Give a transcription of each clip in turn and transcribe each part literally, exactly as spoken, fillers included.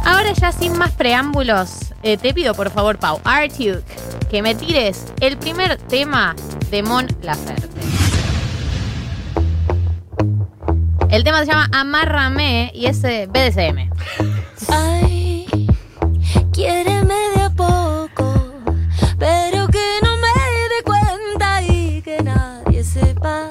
Ahora ya sin más preámbulos, eh, te pido por favor, Pau, Artiuk, que me tires el primer tema de Mon Laferte. El tema se llama Amárrame y es eh, B D S M. Ay, quiéreme de a poco, pero que no me dé cuenta y que nadie sepa.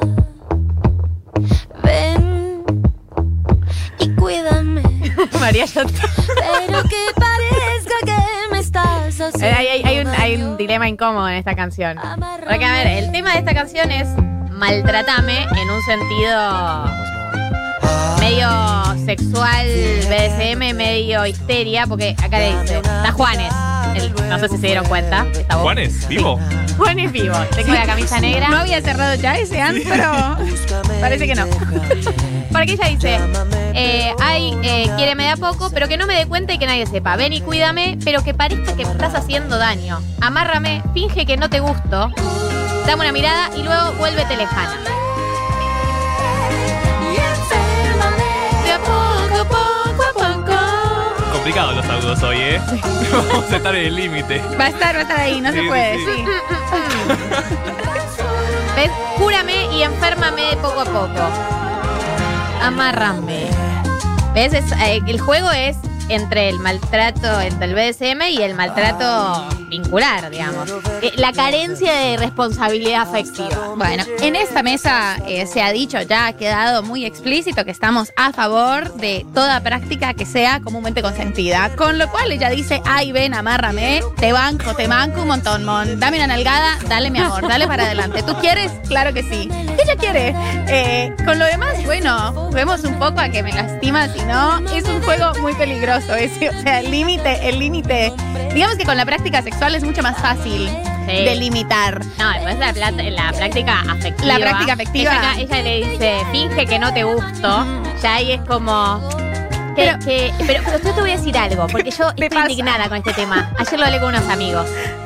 Ven y cuídame. María, yo te... Pero que parezca que me estás haciendo hay, hay, hay, un, hay un dilema incómodo en esta canción. Porque, a ver, el tema de esta canción es maltratame en un sentido medio sexual, B D S M, medio histeria, porque acá le dice, está Juanes. El, no sé si se dieron cuenta. Está ¿Juanes? ¿Vivo? Sí. Juanes vivo. Tengo la camisa negra. No había cerrado ya ese antro. Parece que no. Porque ella dice, eh, ay, eh, quiéreme de a poco, pero que no me dé cuenta y que nadie sepa. Ven y cuídame, pero que parezca que me estás haciendo daño. Amárrame, finge que no te gusto, dame una mirada y luego vuélvete lejana. De a poco, poco a poco. Complicados los agudos hoy, ¿eh? Vamos a estar en el límite. Va a estar, va a estar ahí, no Sí, se puede, sí, sí. sí. ¿Ves? Cúrame y enférmame de poco a poco. Amárrame. ¿Ves? Es, eh, el juego es entre el maltrato, entre el B D S M y el maltrato vincular, digamos. Eh, la carencia de responsabilidad afectiva. Bueno, en esta mesa eh, se ha dicho, ya ha quedado muy explícito que estamos a favor de toda práctica que sea comúnmente consentida. Con lo cual ella dice, ay, ven, amárrame, te banco, te banco un montón, mon. Dame una nalgada, dale mi amor, dale para adelante. ¿Tú quieres? Claro que sí. Ella quiere. Eh, con lo demás, bueno, juguemos un poco a que me lastima, si no, es un juego muy peligroso. Ese, o sea, el límite, el límite. Digamos que con la práctica sexual es mucho más fácil Sí. delimitar. No, después la, plat- la práctica afectiva. La práctica afectiva. Ella, acá- ella le dice, finge que no te gusto. Ya ahí es como... Que, Pero- que- pero, pero yo te voy a decir algo, porque yo ¿Qué estoy pasa? indignada con este tema. Ayer lo hablé con unos amigos.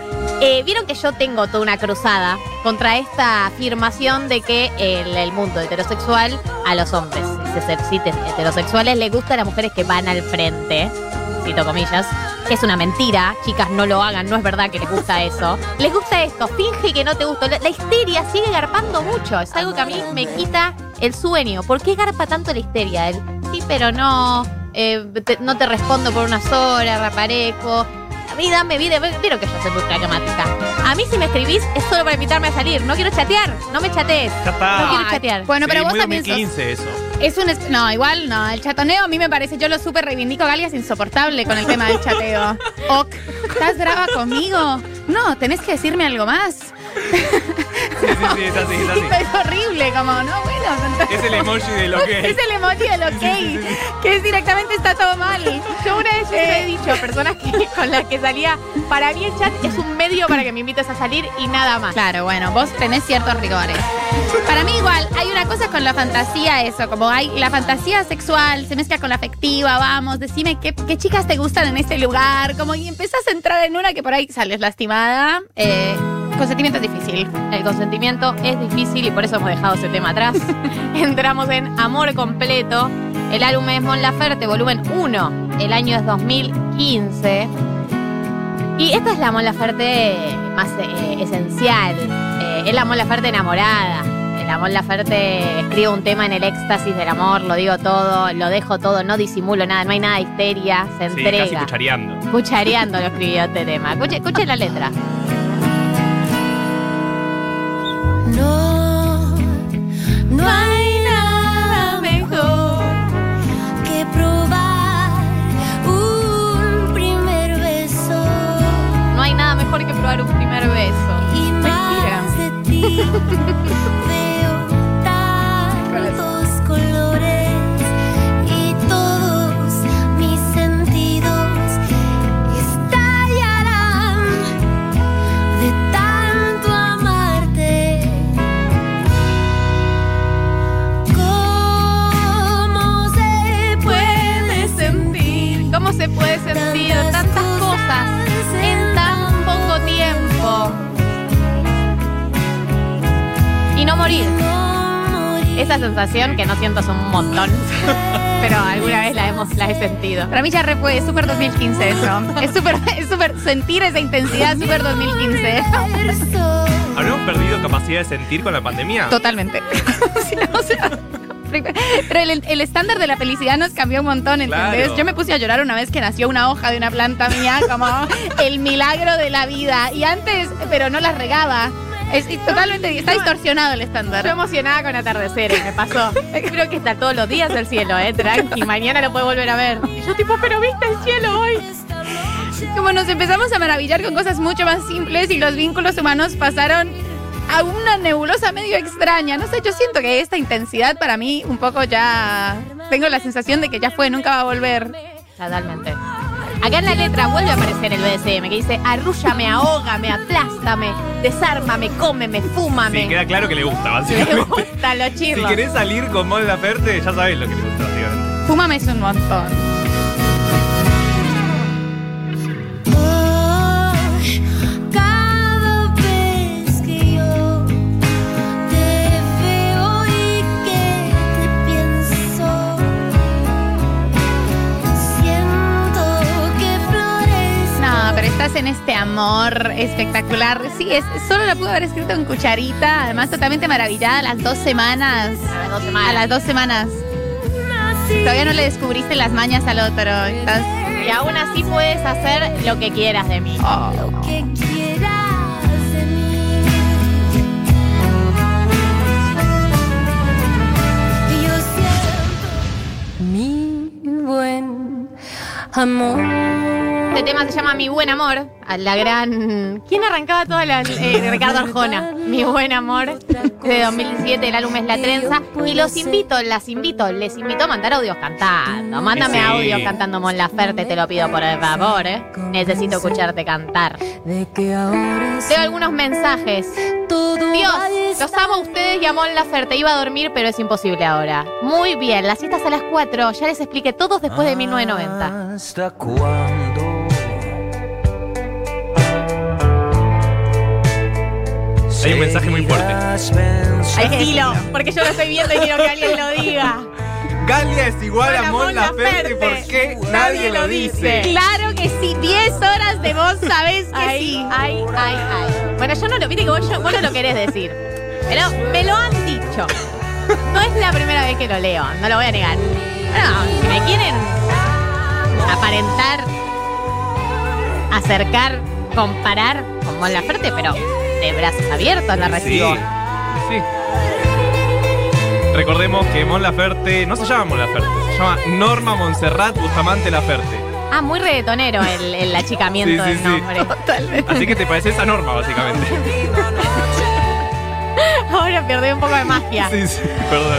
Eh, Vieron que yo tengo toda una cruzada contra esta afirmación de que el, el mundo heterosexual a los hombres, cites heterosexuales, les gusta a las mujeres que van al frente, cito comillas, que es una mentira. Chicas, no lo hagan, no es verdad que les gusta eso. Les gusta esto, finge que no te gusta. La, la histeria sigue garpando mucho. Es algo que a mí me quita el sueño. ¿Por qué garpa tanto la histeria? El, sí, pero no, eh, te, no te respondo por unas horas, reaparezco. A mí dame vida, vieron que yo soy muy pragmática. A mí si me escribís es solo para invitarme a salir. No quiero chatear, no me chatees. Ya está. No quiero Ay, chatear. Bueno, pero Sí, vos muy también sos... dos mil quince eso. Es un... es- No, igual no. El chatoneo a mí me parece... Yo lo súper reivindico. Galia es insoportable con el tema del chateo. Ok, ¿estás brava conmigo? No, tenés que decirme algo más. Sí, sí, sí, es así, es así. Es horrible, como, no, bueno. entonces- Es el emoji de lo que Es el emoji del ok, Sí, sí, sí, sí. que es directamente está todo mal. Yo una vez he dicho a personas que, con las que salía, para mí el chat es un medio para que me invites a salir y nada más. Claro, bueno, vos tenés ciertos rigores. Para mí igual, hay una cosa con la fantasía, eso, como hay la fantasía sexual, se mezcla con la afectiva, vamos, decime qué, qué chicas te gustan en este lugar, como y empezás a entrar en una que por ahí sales lastimada. Eh, consentimiento es difícil. El consentimiento es difícil y por eso hemos dejado ese tema atrás. Entramos en Amor Completo. El álbum es Mon Laferte, volumen uno. El año es dos mil quince. Y esta es la Mon Laferte más eh, esencial. Eh, es la Mon Laferte enamorada. La Mon Laferte escribe un tema en el éxtasis del amor, lo digo todo, lo dejo todo, no disimulo nada, no hay nada de histeria, se Sí, entrega. casi cuchareando. Cuchareando lo escribió este tema. Escuche, escuche la letra. No, no hay nada mejor que probar un primer beso. No hay nada mejor que probar un primer beso. Y Mentira. más de ti veo tantos colores y todos mis sentidos estallarán de tanto amarte. ¿Cómo se puede sentir? ¿Cómo se puede sentir tantas cosas en tan poco tiempo? Y no morir. No morir. esa sensación que no siento hace un montón. Pero alguna vez la hemos, la he sentido. Para mí ya re fue, es súper dos mil quince eso. Es súper, es súper, sentir esa intensidad súper dos mil quince. ¿Habremos perdido capacidad de sentir con la pandemia? Totalmente. Sí, o sea, pero el, el estándar de la felicidad nos cambió un montón, ¿entendés? Claro. Yo me puse a llorar una vez que nació una hoja de una planta mía, como el milagro de la vida. Y antes, pero no las regaba. Es, es totalmente, está distorsionado el Yo estándar. emocionada con atardeceres, me pasó. Creo que está todos los días el cielo, eh, tranqui. Mañana lo puedo volver a ver. Y yo tipo, pero viste el cielo hoy. Como nos empezamos a maravillar con cosas mucho más simples y los vínculos humanos pasaron a una nebulosa medio extraña. No sé, yo siento que esta intensidad para mí un poco ya... Tengo la sensación de que ya fue, nunca va a volver. Totalmente. Acá en la letra vuelve a aparecer el B D S M que dice arrúllame, ahógame, aplástame, desármame, cómeme, fúmame. Sí, queda claro que le gusta, Le básicamente. gustan los Si chirlos. querés salir con Mon Laferte, ya sabés lo que le gusta, básicamente. Fúmame es un montón. Cada vez que yo te veo y que te pienso, siento que florece. No, pero estás en este amor espectacular. Sí, es, solo la pude haber escrito en cucharita. Además, totalmente maravillada a las dos semanas. A las dos semanas. A las dos semanas. Todavía no le descubriste las mañas al otro. Estás... Y aún así puedes hacer lo que quieras de mí. Oh. Lo que quieras de mí. Yo siento mi buen amor. Este tema se llama Mi Buen Amor, a la gran... ¿Quién arrancaba toda la... eh, Ricardo Arjona. Mi Buen Amor, de dos mil diecisiete, el álbum es La Trenza. Y los invito, las invito, les invito a mandar audios cantando. Mándame Sí. audios cantando Mon Laferte, te lo pido por favor, ¿eh? Necesito escucharte cantar. De que ahora Leo algunos mensajes. todo Dios, va a los estar amo a ustedes y a Mon Laferte. Iba a dormir, pero es imposible ahora. Muy bien, las citas a las cuatro. Ya les expliqué todos después de mil novecientos noventa. ¿Hasta cuándo? Hay un mensaje muy fuerte. Ay, dilo, porque yo lo estoy viendo y quiero que alguien lo diga. Galia es igual a Hola, Mon Mon Laferte, ¿por qué nadie lo dice? Claro que sí, diez horas de vos sabés que Ay, sí. ay, ay, ay. Bueno, yo no lo, viste que vos, yo- vos no lo querés decir. Pero me lo han dicho. No es la primera vez que lo leo, no lo voy a negar. Bueno, si me quieren aparentar, acercar, comparar con Mon Laferte, pero de brazos abiertos la Sí, recibo. sí. Recordemos que Mon Laferte no se llama Mon Laferte, se llama Norma Montserrat Bustamante Laferte. Ah, muy reggaetonero el, el achicamiento Sí, sí, del sí. nombre. Así que te pareces a Norma, básicamente. Ahora perdí un poco de magia. Sí, sí, perdón.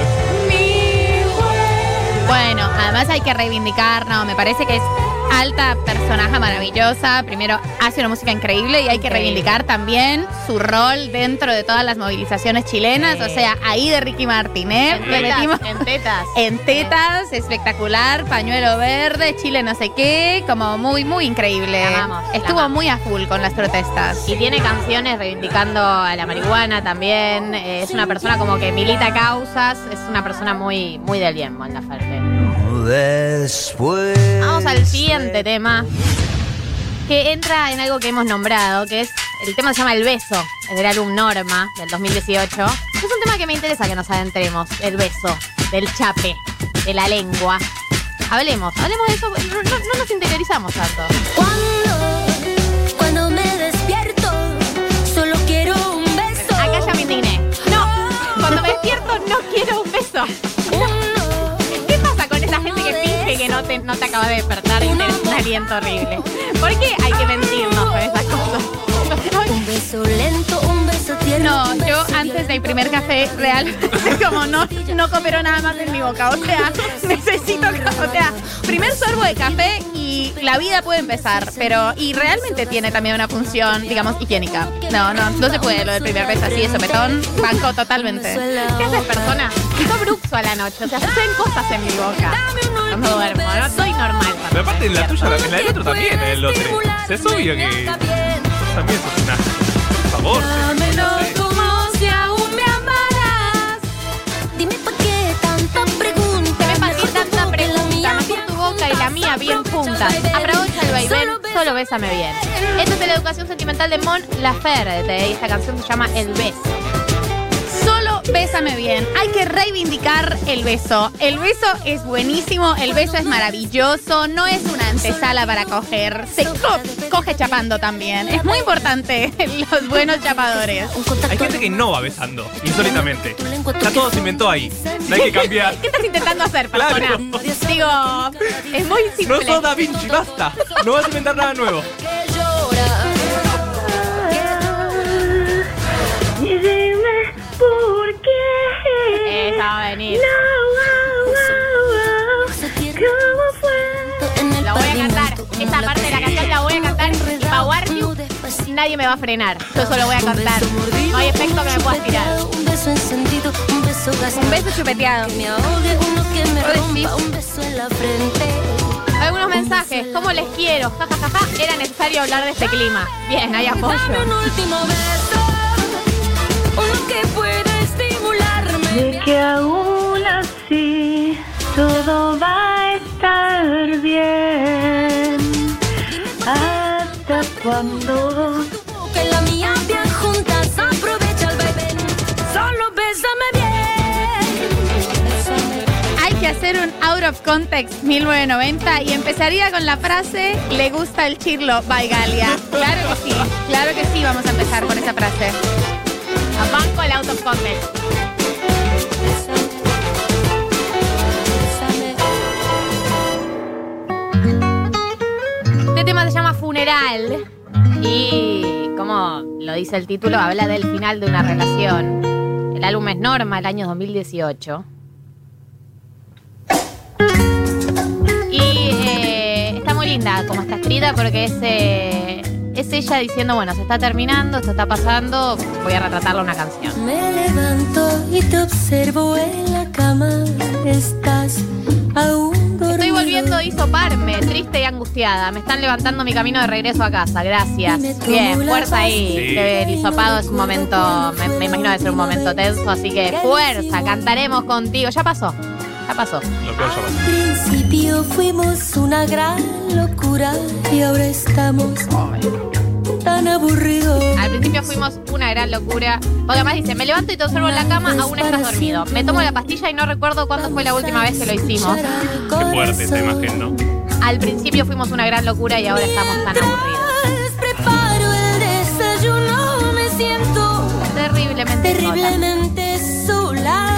Bueno, además hay que reivindicar, no, me parece que es alta personaje maravillosa. Primero, hace una música increíble y hay que Increíble. reivindicar también su rol dentro de todas las movilizaciones chilenas. Sí. O sea, ahí de Ricky Martínez, En le tetas, metimos en tetas. en tetas, espectacular, pañuelo verde, Chile no sé qué, como muy, muy increíble. La amamos, la Estuvo amamos. muy a full con las protestas. Y tiene canciones reivindicando a la marihuana también. Eh, Es una persona como que milita causas. Es una persona muy, muy del bien, Mon Laferte. Después. Vamos al siguiente tema, que entra en algo que hemos nombrado, que es, el tema se llama El Beso, es del álbum Norma, del dos mil dieciocho. Es un tema que me interesa que nos adentremos, el beso, del chape, de la lengua. Hablemos, hablemos de eso, no, no- no nos interiorizamos tanto. Cuando, cuando me despierto, solo quiero un beso. Acá ya me indigné. No, cuando me despierto no quiero un beso. Uno, ¿Qué pasa con esa gente que finge que no te, no te acaba de despertar y tenés un aliento horrible? ¿Por qué hay que mentirnos con esas cosas? un beso lento, un beso tierno. No, un yo beso antes del bien primer café real, como no, no coopero nada más en mi boca. O sea, necesito, o sea, primer sorbo de café y la vida puede empezar. Pero, y realmente tiene también una función, digamos, higiénica. No, no, no se puede lo del primer beso así de sopetón. Banco totalmente. ¿Qué haces, persona? Yo bruxo a la noche, o sea, suceden cosas en mi boca. Cuando duermo, no soy normal. Pero aparte en la tuya, en la del otro también, en el otro. Es obvio que también sos una. Por favor. Dámelo no sé. como si aún me amaras. Dime pa' qué mía bien juntas. Aprovecha el vaivén, solo bésame bien. Esto es de la educación sentimental de Mon Laferte. Esta canción se llama El Beso. Solo bésame bien. Hay que reivindicar el beso. El beso es buenísimo, el beso es maravilloso, no es una antesala para coger. Se co- coge chapando también. Es muy importante los buenos chapadores. Hay gente que no va besando, insólitamente. Ya todo se inventó ahí. No hay que cambiar. ¿Qué estás intentando hacer, persona? Claro. Digo, es muy No simple. sos Da Vinci, basta. No vas a inventar nada nuevo. Y dime por qué. Esa va a venir. No, wow, wow. ¿Cómo fue? La voy a cantar. Esta parte de la canción la voy a cantar. Y pa' Wartiu, nadie me va a frenar. Yo solo voy a cantar. No hay efecto que me puedas tirar. Un beso encendido, un beso Un beso chupeteado. que me ahogue, uno que me ¿Vos decís? rompa, un beso en la frente. Algunos mensajes. ¿Cómo les quiero? Ja, ja, ja, ja. Era necesario hablar de este clima. Bien, hay apoyo. Dame un último beso, uno que pueda estimularme. De que aún así todo va a estar bien. Hasta cuando. Que la mía bien juntas, aprovecha el vaivén. Solo bésame bien. Hay que hacer un out of context mil novecientos noventa y empezaría con la frase le gusta el chirlo, by Galia. Claro que sí, claro que sí, vamos a empezar con esa frase. Banco el out of context. Este tema se llama Funeral y, como lo dice el título, habla del final de una relación. El álbum es Norma, el año dos mil dieciocho. Y eh, está muy linda como está escrita porque es, eh, es ella diciendo, bueno, se está terminando, esto está pasando, voy a retratarlo en una canción. Me levanto y te observo en la cama. Estás aún dormido. Estoy volviendo a hisoparme, triste y angustiada. Me están levantando mi camino de regreso a casa. Gracias. Bien, fuerza ahí. Sí. Que el hisopado es un momento, me, me imagino debe ser un momento tenso, así que fuerza, cantaremos contigo. Ya pasó, ya pasó. Lo peor ya pasó. Al principio fuimos una gran locura y ahora estamos tan aburridos. Al principio fuimos una gran locura. Porque además dice, me levanto y te observo en la cama, aún estás dormido. Me tomo la pastilla y no recuerdo cuándo fue la última vez que lo hicimos. Qué fuerte esta imagen, ¿no? Al principio fuimos una gran locura y ahora estamos tan aburridos. Preparo el desayuno, me siento Terriblemente sola. terriblemente sola.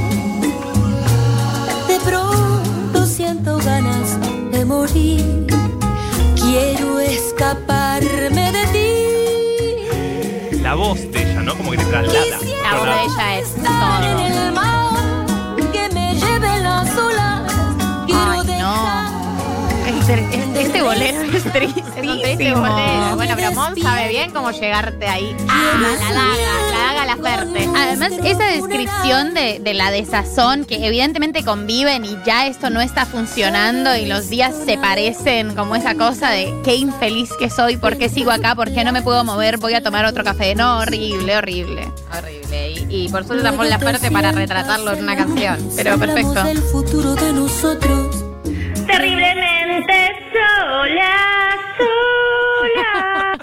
De pronto siento ganas de morir. Quiero escaparme de ti. La voz de ella, ¿no? Como que te traslada. La voz de ella es En todo. el mar, que me lleve las olas. Quiero Ay, no. dejar. Este, este bolero es Es un triste tristísimo. bolero. Bueno, pero Mon sabe bien cómo llegarte ahí. Ah, la daga, la daga la Ferte. Además, esa descripción de, de la desazón, que evidentemente conviven y ya esto no está funcionando y los días se parecen, como esa cosa de qué infeliz que soy, por qué sigo acá, por qué no me puedo mover, voy a tomar otro café. No, horrible, horrible. Horrible. Y, y por suerte tampoco la Ferte para retratarlo en una canción. Pero perfecto. Hablamos del futuro de nosotros. Terriblemente sola, sola.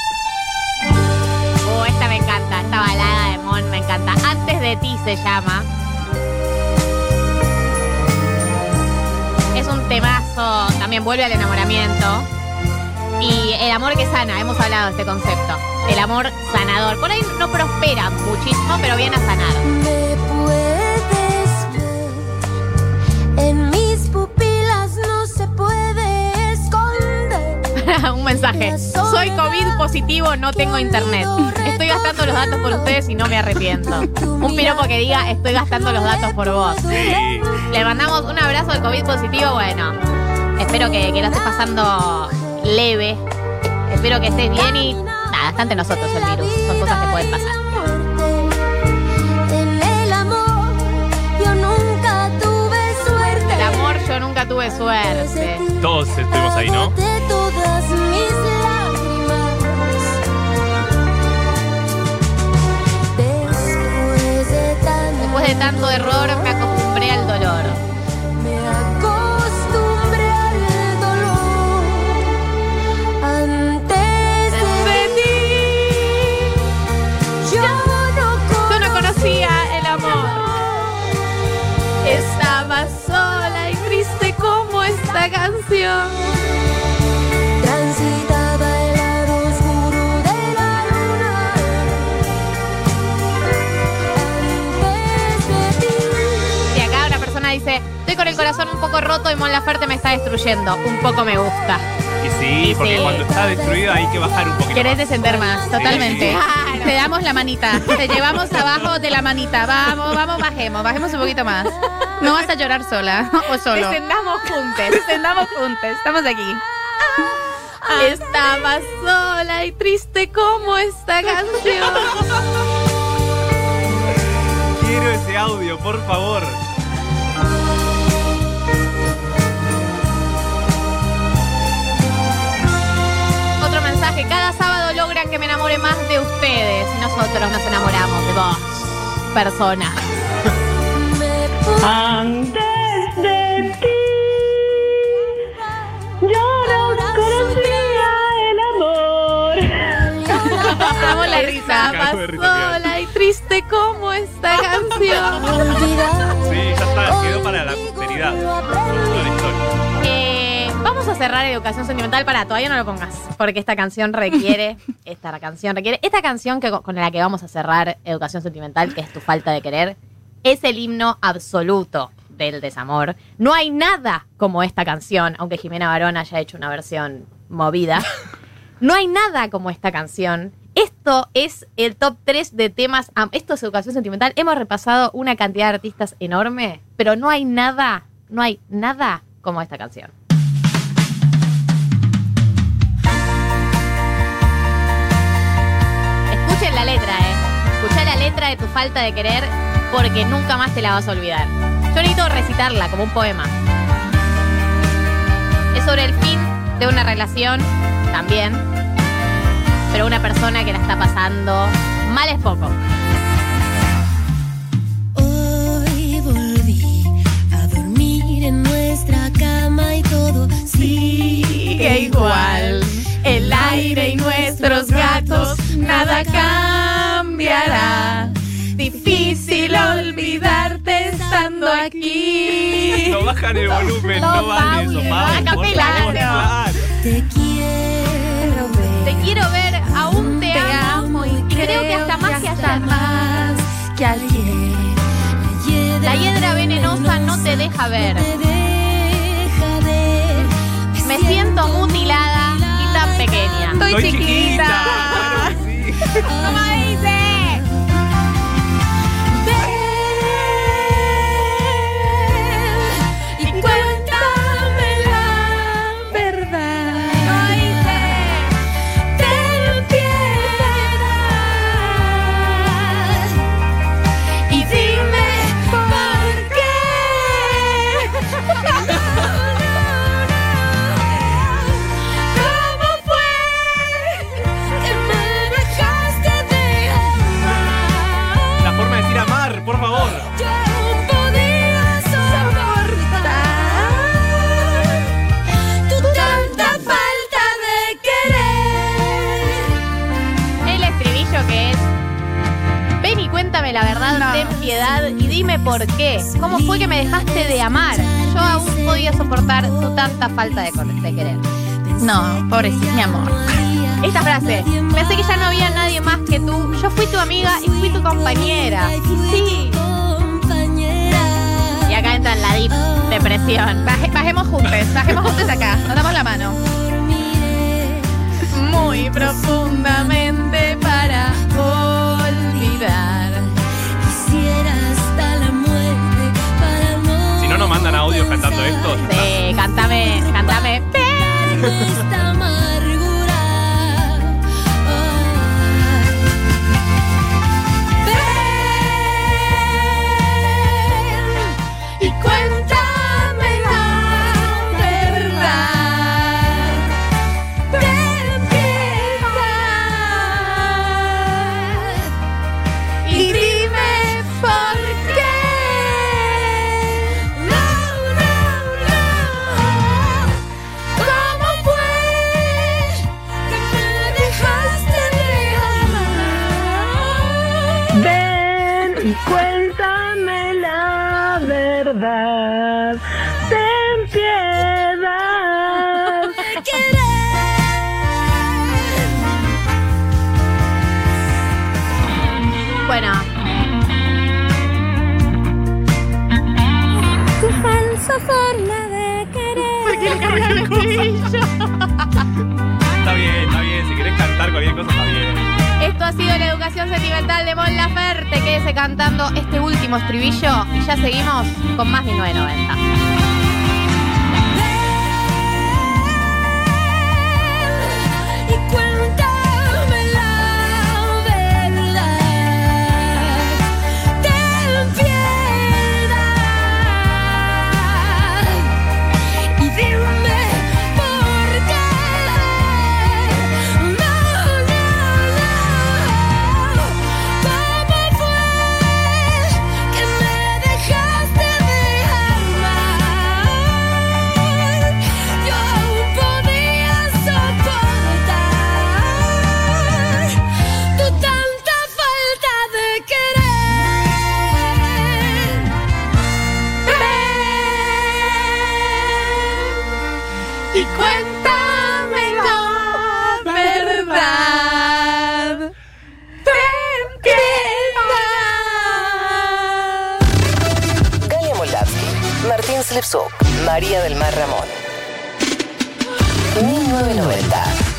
Oh, esta me encanta. Esta balada de Mon me encanta. Antes de ti se llama. Es un temazo. También vuelve al enamoramiento. Y el amor que sana. Hemos hablado de este concepto. El amor sanador. Por ahí no prospera muchísimo, pero viene a sanar. Me puedes ver. En mis pupilas no se puede esconder. Un mensaje. Soy COVID positivo, no tengo internet. Estoy gastando los datos por ustedes y no me arrepiento. Un piropo que diga, estoy gastando los datos por vos. Sí. Le mandamos un abrazo al COVID positivo. Bueno, espero que, que lo estés pasando leve. Espero que estés bien y nada, está ante nosotros el virus. Son cosas que pueden pasar. En el amor yo nunca tuve suerte. El amor, yo nunca tuve suerte. Todos estuvimos ahí, ¿no? De todas mis lágrimas. Después de tanto, Después de tanto error, me acostumbré al dolor. me acostumbré al canción. Transitaba el lado oscuro de la luna antes de ti. Y acá una persona dice, estoy con el corazón un poco roto y Mon Laferte me está destruyendo. Un poco me gusta. Y sí, Y porque sí. cuando está destruido hay que bajar un poquito. Querés más. descender más, totalmente. Claro. Te damos la manita, te llevamos abajo de la manita. Vamos, vamos, bajemos, bajemos un poquito más. No vas a llorar sola o solo. Descendamos juntos. Descendamos juntos, estamos aquí. Estaba sola y triste como esta canción. Quiero ese audio, por favor. Otro mensaje, cada sábado logran que me enamore más de ustedes. Y nosotros nos enamoramos de vos, persona. Me puse Antes de ti, yo no conocía el amor. Amo la risa. Estaba Cago de risa, sola y triste como esta canción. olvidar. Sí, ya está, quedó para la posteridad. Toda la historia. Eh, vamos a cerrar Educación Sentimental. Para, todavía no lo pongas, porque esta canción requiere, esta canción requiere, esta canción que, con la que vamos a cerrar Educación Sentimental, que es Tu falta de querer, es el himno absoluto del desamor. No hay nada como esta canción, aunque Jimena Barón haya hecho una versión movida. No hay nada como esta canción. Esto es el top tres de temas. am- Esto es Educación Sentimental. Hemos repasado una cantidad de artistas enorme, pero no hay nada, no hay nada como esta canción. Escuchen la letra, eh. Escucha la letra de Tu falta de querer, porque nunca más te la vas a olvidar. Yo necesito recitarla como un poema. Es sobre el fin de una relación, también. Pero una persona que la está pasando mal es poco. Hoy volví a dormir en nuestra cama y todo sigue igual. El aire y nuestros gatos, nada cambiará. Difícil olvidarte estando aquí. No bajan el volumen, No, no vale Pauli, eso, no, Pau, por acapela, favor, no. claro. Te quiero ver. Te quiero ver, aún te, amo, y creo que hasta más que ayer. más que ayer. La hiedra venenosa no te deja ver. te deja ver. Me siento mutilada y tan pequeña. Estoy Estoy chiquita. chiquita. Claro que sí. ¿Cómo dice? Ven y cuéntame la verdad. ¿Cómo dice? Ten piedad y dime por qué. ¿Cómo fue que me dejaste de amar? La forma de decir amar, por favor. Yo no podía soportar tu tanta falta de querer. El estribillo que es: ven y cuéntame la verdad, No. ten piedad y dime por qué. ¿Cómo fue que me dejaste de amar? Yo aún podía soportar tu tanta falta de, cor- de querer. No, pobrecito, mi amor. Esta frase: pensé que ya no había nadie más que tú. Yo fui tu amiga y fui tu compañera. Sí. Y acá entra en la deep depresión. Baje- bajemos juntos, bajemos juntos acá. Nos damos la mano. Muy profundamente para olvidar. Quisiera hasta la muerte para no. Si no nos mandan audio cantando esto, ya está. Sí, cántame, cántame. Esta amargura. Ven y cuéntame la verdad. Ten piedad y dime por qué. No, no, no. ¿Cómo fue instrumental de Mon Laferte. Quédese cantando este último estribillo y ya seguimos con más mil novecientos noventa. Y cuéntame la verdad, ten piedad y dime por qué. No, no, no, ¿cómo fue que me dejaste de amar? Yo aún podía soportar tu tanta falta de querer. Y cuéntame la verdad. Ten piedad. Galia Moldavsky, Martín Slipsuk, María del Mar Ramón. mil novecientos noventa.